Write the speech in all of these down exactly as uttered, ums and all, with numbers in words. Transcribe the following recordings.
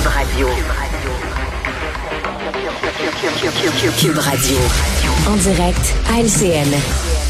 Radio. Cube Radio. En direct à L C N.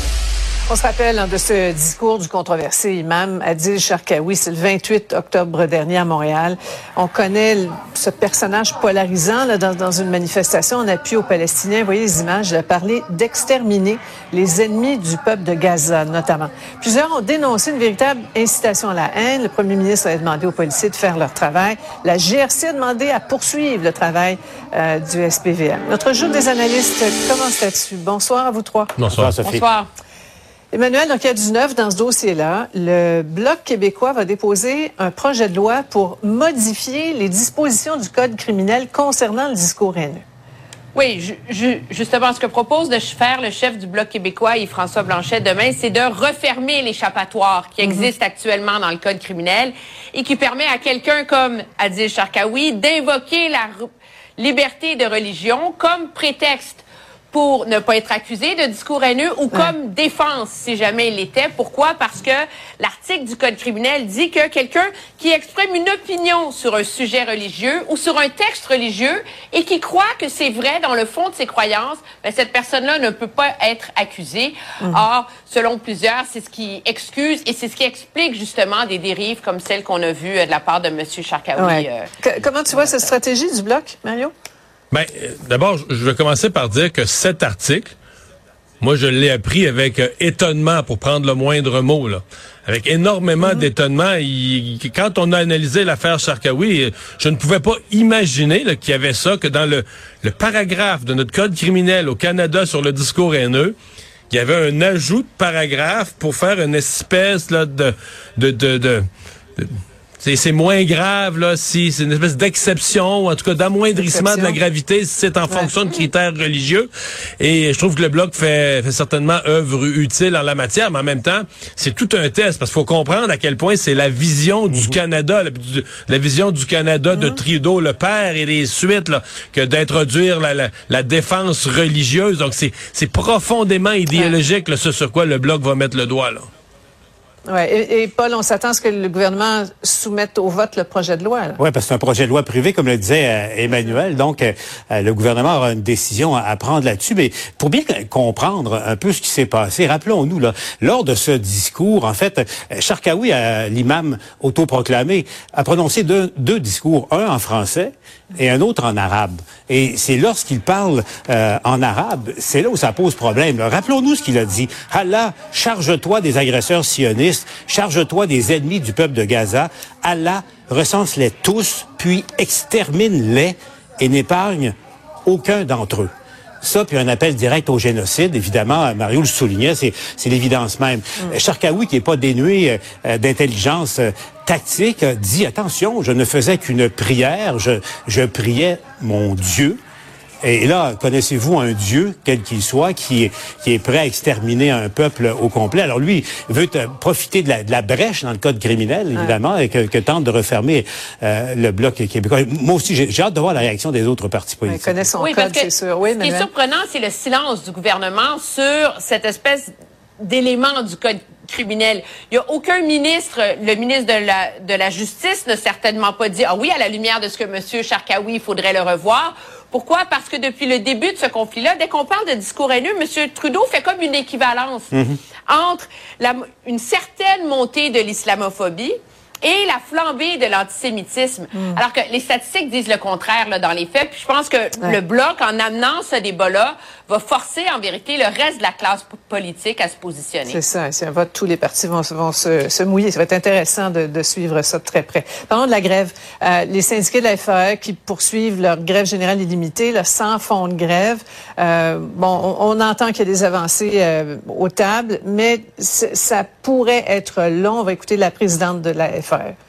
On se rappelle hein, de ce discours du controversé imam Adil Sharkawi, c'est le vingt-huit octobre dernier à Montréal. On connaît le, ce personnage polarisant là, dans, dans une manifestation en appui aux Palestiniens. Vous voyez les images, il a parlé d'exterminer les ennemis du peuple de Gaza, notamment. Plusieurs ont dénoncé une véritable incitation à la haine. Le premier ministre a demandé aux policiers de faire leur travail. La G R C a demandé à poursuivre le travail euh, du S P V M. Notre jour des analystes commence là-dessus. Bonsoir à vous trois. Bonsoir, Sophie. Bonsoir. Emmanuel, donc il y a du neuf dans ce dossier-là. Le Bloc québécois va déposer un projet de loi pour modifier les dispositions du Code criminel concernant le discours haineux. Oui, ju- ju- justement, ce que propose de faire le chef du Bloc québécois, Yves-François Blanchet, demain, c'est de refermer l'échappatoire qui existe mm-hmm. actuellement dans le Code criminel et qui permet à quelqu'un comme Adil Sharkawi d'invoquer la r- liberté de religion comme prétexte pour ne pas être accusé de discours haineux ou comme ouais. défense, si jamais il l'était. Pourquoi? Parce que l'article du Code criminel dit que quelqu'un qui exprime une opinion sur un sujet religieux ou sur un texte religieux et qui croit que c'est vrai dans le fond de ses croyances, ben, cette personne-là ne peut pas être accusée. Mmh. Or, selon plusieurs, c'est ce qui excuse et c'est ce qui explique justement des dérives comme celles qu'on a vues de la part de M. Sharkawi. Ouais. Euh, que, comment tu vois cette stratégie du Bloc, Mario? Ben, d'abord, je vais commencer par dire que cet article, moi, je l'ai appris avec euh, étonnement, pour prendre le moindre mot, là. Avec énormément mm-hmm. d'étonnement. Il, quand on a analysé l'affaire Sharkawi, je ne pouvais pas imaginer là, qu'il y avait ça, que dans le, le paragraphe de notre code criminel au Canada sur le discours haineux, il y avait un ajout de paragraphe pour faire une espèce là, de... de, de, de, de C'est, c'est moins grave, là, si c'est une espèce d'exception, ou en tout cas d'amoindrissement de la gravité, si c'est en ouais. fonction de critères religieux. Et je trouve que le Bloc fait, fait certainement œuvre utile en la matière, mais en même temps, c'est tout un test, parce qu'il faut comprendre à quel point c'est la vision du mmh. Canada, la, la vision du Canada mmh. de Trudeau, le père et les suites, là, que d'introduire la, la, la défense religieuse. Donc, c'est, c'est profondément idéologique, là, ce sur quoi le Bloc va mettre le doigt, là. Oui, et, et Paul, on s'attend à ce que le gouvernement soumette au vote le projet de loi. Oui, parce que c'est un projet de loi privé, comme le disait euh, Emmanuel. Donc, euh, le gouvernement aura une décision à, à prendre là-dessus. Mais pour bien comprendre un peu ce qui s'est passé, rappelons-nous, là, lors de ce discours, en fait, Sharkawi, euh, l'imam autoproclamé, a prononcé deux, deux discours, un en français et un autre en arabe. Et c'est lorsqu'il parle euh, en arabe, c'est là où ça pose problème. Là. Rappelons-nous ce qu'il a dit. « Allah, charge-toi des agresseurs sionistes, charge-toi des ennemis du peuple de Gaza. Allah, recense-les tous, puis extermine-les et n'épargne aucun d'entre eux. » Ça, puis un appel direct au génocide, évidemment, Mario le soulignait, c'est, c'est l'évidence même. Mm. Sharkawi, qui n'est pas dénué euh, d'intelligence euh, tactique, dit, attention, je ne faisais qu'une prière, je, je priais mon Dieu. Et là, connaissez-vous un Dieu, quel qu'il soit, qui est, qui est prêt à exterminer un peuple au complet? Alors lui, il veut te, profiter de la, de la brèche dans le code criminel, évidemment, ouais. et que, que tente de refermer euh, le Bloc québécois. Moi aussi, j'ai, j'ai hâte de voir la réaction des autres partis politiques. Il connaît son oui, code, c'est sûr. Oui, ce qui est surprenant, c'est le silence du gouvernement sur cette espèce d'élément du code criminel. Il n'y a aucun ministre, le ministre de la, de la Justice n'a certainement pas dit « Ah oui, à la lumière de ce que M. Sharkawi, il faudrait le revoir ». Pourquoi? Parce que depuis le début de ce conflit-là, dès qu'on parle de discours haineux, M. Trudeau fait comme une équivalence mm-hmm. entre la, une certaine montée de l'islamophobie et la flambée de l'antisémitisme. Mm. Alors que les statistiques disent le contraire là, dans les faits. Puis je pense que ouais. le Bloc, en amenant ce débat-là, va forcer en vérité le reste de la classe politique à se positionner. C'est ça. C'est un vote, tous les partis vont, vont se, se mouiller. Ça va être intéressant de, de suivre ça de très près. Parlons de la grève. Euh, les syndiqués de la F A E qui poursuivent leur grève générale illimitée, là, sans fond de grève. Euh, bon, on, on entend qu'il y a des avancées euh, aux tables, mais ça pourrait être long. On va écouter la présidente de la F A E.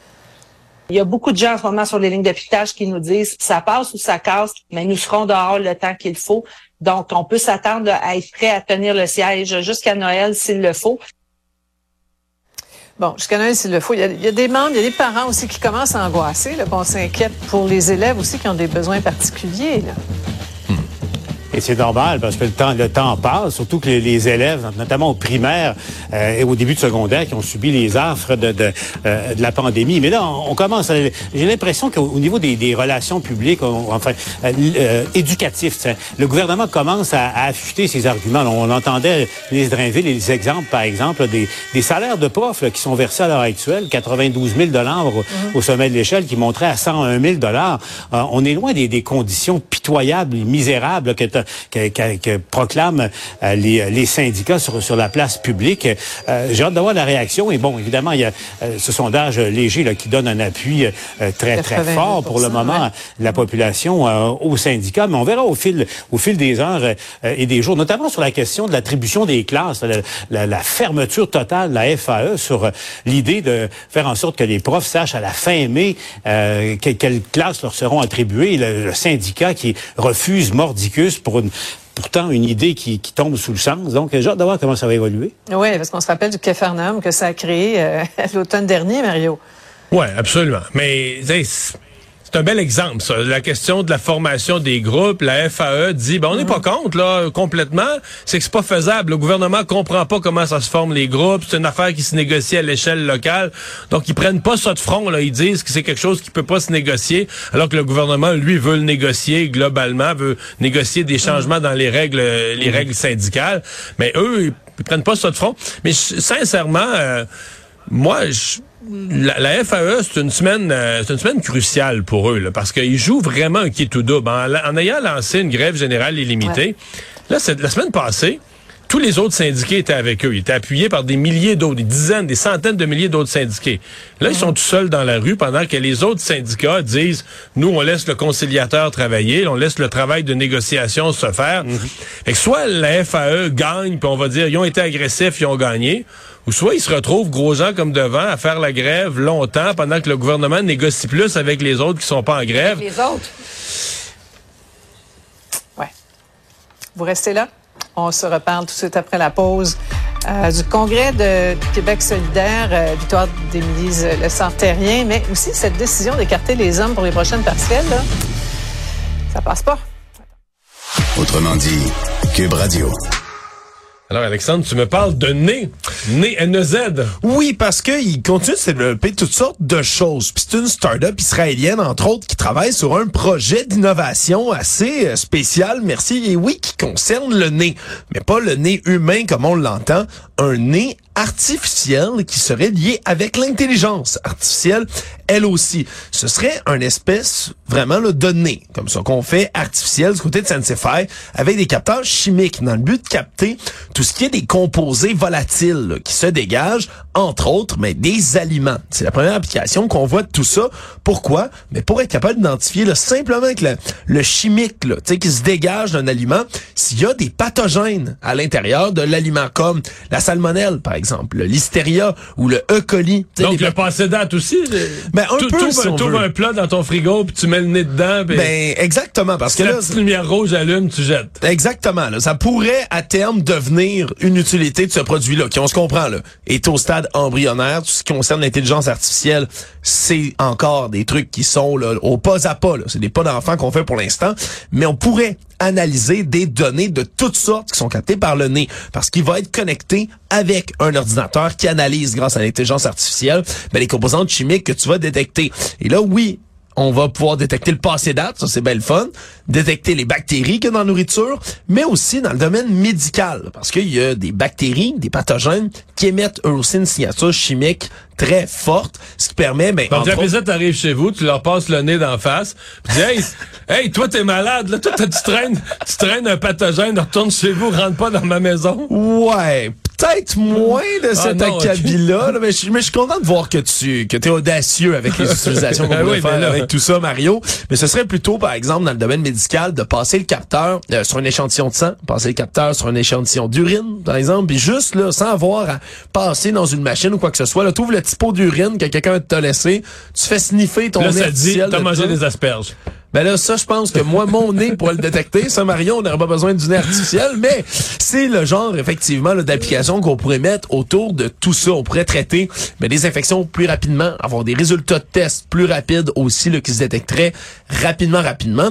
Il y a beaucoup de gens en ce moment sur les lignes de piquetage qui nous disent ça passe ou ça casse, mais nous serons dehors le temps qu'il faut. Donc, on peut s'attendre à être prêt à tenir le siège jusqu'à Noël s'il le faut. Bon, jusqu'à Noël s'il le faut. Il y, a, il y a des membres, il y a des parents aussi qui commencent à angoisser. Là. Bon, on s'inquiète pour les élèves aussi qui ont des besoins particuliers. Là. Et c'est normal parce que le temps, le temps passe, surtout que les, les élèves, notamment au primaire euh, et au début de secondaire, qui ont subi les affres de, de, euh, de la pandémie. Mais là, on, on commence. À, j'ai l'impression qu'au niveau des, des relations publiques, on, enfin euh, euh, éducatives, le gouvernement commence à, à affûter ses arguments. Là, on entendait les Drainville et les exemples, par exemple, des, des salaires de profs là, qui sont versés à l'heure actuelle, quatre-vingt-douze mille dollars au, mmh. au sommet de l'échelle, qui montraient à cent un mille dollars. Euh, on est loin des, des conditions pitoyables et misérables que, que, que, que proclament euh, les, les syndicats sur, sur la place publique. Euh, j'ai hâte d'avoir la réaction. Et bon, évidemment, il y a euh, ce sondage léger là, qui donne un appui euh, très, très fort pour le moment ouais. de la population euh, aux syndicats. Mais on verra au fil, au fil des heures euh, et des jours, notamment sur la question de l'attribution des classes, la, la, la fermeture totale de la F A E sur euh, l'idée de faire en sorte que les profs sachent à la fin mai euh, que, quelles classes leur seront attribuées. Le, le syndicat qui refuse mordicus pour une pourtant une idée qui, qui tombe sous le sens. Donc, j'ai hâte de voir comment ça va évoluer. Oui, parce qu'on se rappelle du Capharnaüm que ça a créé euh, l'automne dernier, Mario. Oui, absolument. Mais c'est un bel exemple, ça. La question de la formation des groupes, la F A E dit, ben on n'est mm-hmm. pas contre, là, complètement. C'est que c'est pas faisable. Le gouvernement comprend pas comment ça se forme les groupes. C'est une affaire qui se négocie à l'échelle locale. Donc, ils prennent pas ça de front, là. Ils disent que c'est quelque chose qui peut pas se négocier, alors que le gouvernement, lui, veut le négocier globalement, veut négocier des changements mm-hmm. dans les règles, les mm-hmm. règles syndicales. Mais eux, ils, ils prennent pas ça de front. Mais sincèrement, euh, moi, je, La, la F A E, c'est une semaine, euh, c'est une semaine cruciale pour eux, là, parce qu'ils jouent vraiment un qui tout double. En, en ayant lancé une grève générale illimitée, ouais. là, c'est, la semaine passée, tous les autres syndiqués étaient avec eux. Ils étaient appuyés par des milliers d'autres, des dizaines, des centaines de milliers d'autres syndiqués. Là, mmh. ils sont tout seuls dans la rue pendant que les autres syndicats disent, nous, on laisse le conciliateur travailler, on laisse le travail de négociation se faire. Mmh. Fait que soit la F A E gagne, puis on va dire, ils ont été agressifs, ils ont gagné, ou soit ils se retrouvent, gros gens comme devant, à faire la grève longtemps pendant que le gouvernement négocie plus avec les autres qui sont pas en grève. Les autres. Ouais. Vous restez là? On se reparle tout de suite après la pause euh, du Congrès de Québec solidaire, euh, victoire d'Émilie Lessard-Terrien, mais aussi cette décision d'écarter les hommes pour les prochaines partielles, là, ça passe pas. Autrement dit, Cube Radio. Alors, Alexandre, tu me parles de Né, Né N E Z. Oui, parce qu'il continue de développer toutes sortes de choses. Puis c'est une start-up israélienne, entre autres, qui travaille sur un projet d'innovation assez spécial, merci, et oui, qui concerne le nez. Mais pas le nez humain comme on l'entend, un nez artificielle qui serait liée avec l'intelligence artificielle, elle aussi. Ce serait une espèce vraiment là, de nez, comme ça qu'on fait artificiel du côté de Sensify, avec des capteurs chimiques dans le but de capter tout ce qui est des composés volatiles là, qui se dégagent, entre autres, mais des aliments. C'est la première application qu'on voit de tout ça. Pourquoi? Mais pour être capable d'identifier là, simplement avec le, le chimique là, qui se dégage d'un aliment, s'il y a des pathogènes à l'intérieur de l'aliment, comme la salmonelle, par exemple, le listeria ou le E. coli. Donc, le passé date aussi? Ben, un tu, peu, si on ouvres un plat dans ton frigo, puis tu mets le nez dedans. Pis ben, exactement, parce que la là... petite lumière rouge allume, tu jettes. Exactement, là. Ça pourrait, à terme, devenir une utilité de ce produit-là, qui, on se comprend, là, est au stade embryonnaire. Tout ce qui concerne l'intelligence artificielle, c'est encore des trucs qui sont, là, au pas à pas, là. C'est des pas d'enfants qu'on fait pour l'instant. Mais on pourrait analyser des données de toutes sortes qui sont captées par le nez, parce qu'il va être connecté avec un ordinateur qui analyse, grâce à l'intelligence artificielle, ben, les composantes chimiques que tu vas détecter. Et là, oui, on va pouvoir détecter le passé date, ça c'est bien le fun, détecter les bactéries qu'il y a dans la nourriture, mais aussi dans le domaine médical, parce qu'il y a des bactéries, des pathogènes qui émettent eux aussi une signature chimique très forte, ce qui permet... Ben, donc, après ça, t'arrives chez vous, tu leur passes le nez d'en face, puis tu dis, hey, hey, toi, t'es malade, là, toi, tu traînes, tu traînes un pathogène, retourne chez vous, rentre pas dans ma maison. Ouais, peut-être moins de cet ah acabit-là, là, mais je mais je suis content de voir que tu que t'es audacieux avec les utilisations qu'on pourrait oui, faire là, avec tout ça, Mario. Mais ce serait plutôt, par exemple, dans le domaine médical, de passer le capteur euh, sur un échantillon de sang, passer le capteur sur un échantillon d'urine, par exemple, puis juste, là, sans avoir à passer dans une machine ou quoi que ce soit, là, t'ouvres le petit pot d'urine que quelqu'un t'a laissé, tu fais sniffer ton là, nez ça dit, t'as mangé ça. des asperges. Ben là, ça, je pense que moi, mon nez pourrait le détecter. Ça, Marion, on n'aurait pas besoin du nez artificiel, mais c'est le genre, effectivement, là, d'application qu'on pourrait mettre autour de tout ça. On pourrait traiter ben, des infections plus rapidement, avoir des résultats de tests plus rapides aussi, là, qui se détecteraient rapidement, rapidement.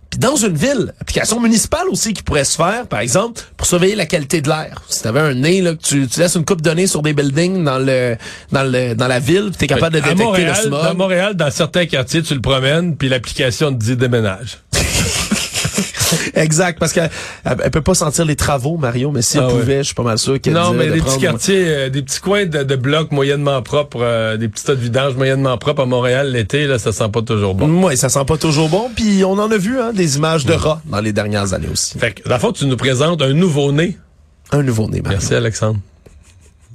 Puis dans une ville, application municipale aussi qui pourrait se faire, par exemple, pour surveiller la qualité de l'air. Si t'avais un nez, là, que tu, tu laisses une coupe de nez sur des buildings dans le dans le dans la ville, puis t'es capable de détecter Montréal, le smog. À Montréal, dans certains quartiers, tu le promènes, puis l'application te dit déménage. Exact, parce qu'elle elle peut pas sentir les travaux, Mario, mais si elle ah pouvait, ouais. je suis pas mal sûr qu'elle Non, dirait mais de des prendre... petits quartiers, euh, des petits coins de, de blocs moyennement propres, euh, des petits tas de vidange moyennement propres à Montréal l'été, là, ça sent pas toujours bon. Oui, ça sent pas toujours bon, puis on en a vu hein, des images de rats dans les dernières années aussi. Fait que, dans le fond, tu nous présentes un nouveau-né. Un nouveau-né, Mario. Merci, Alexandre.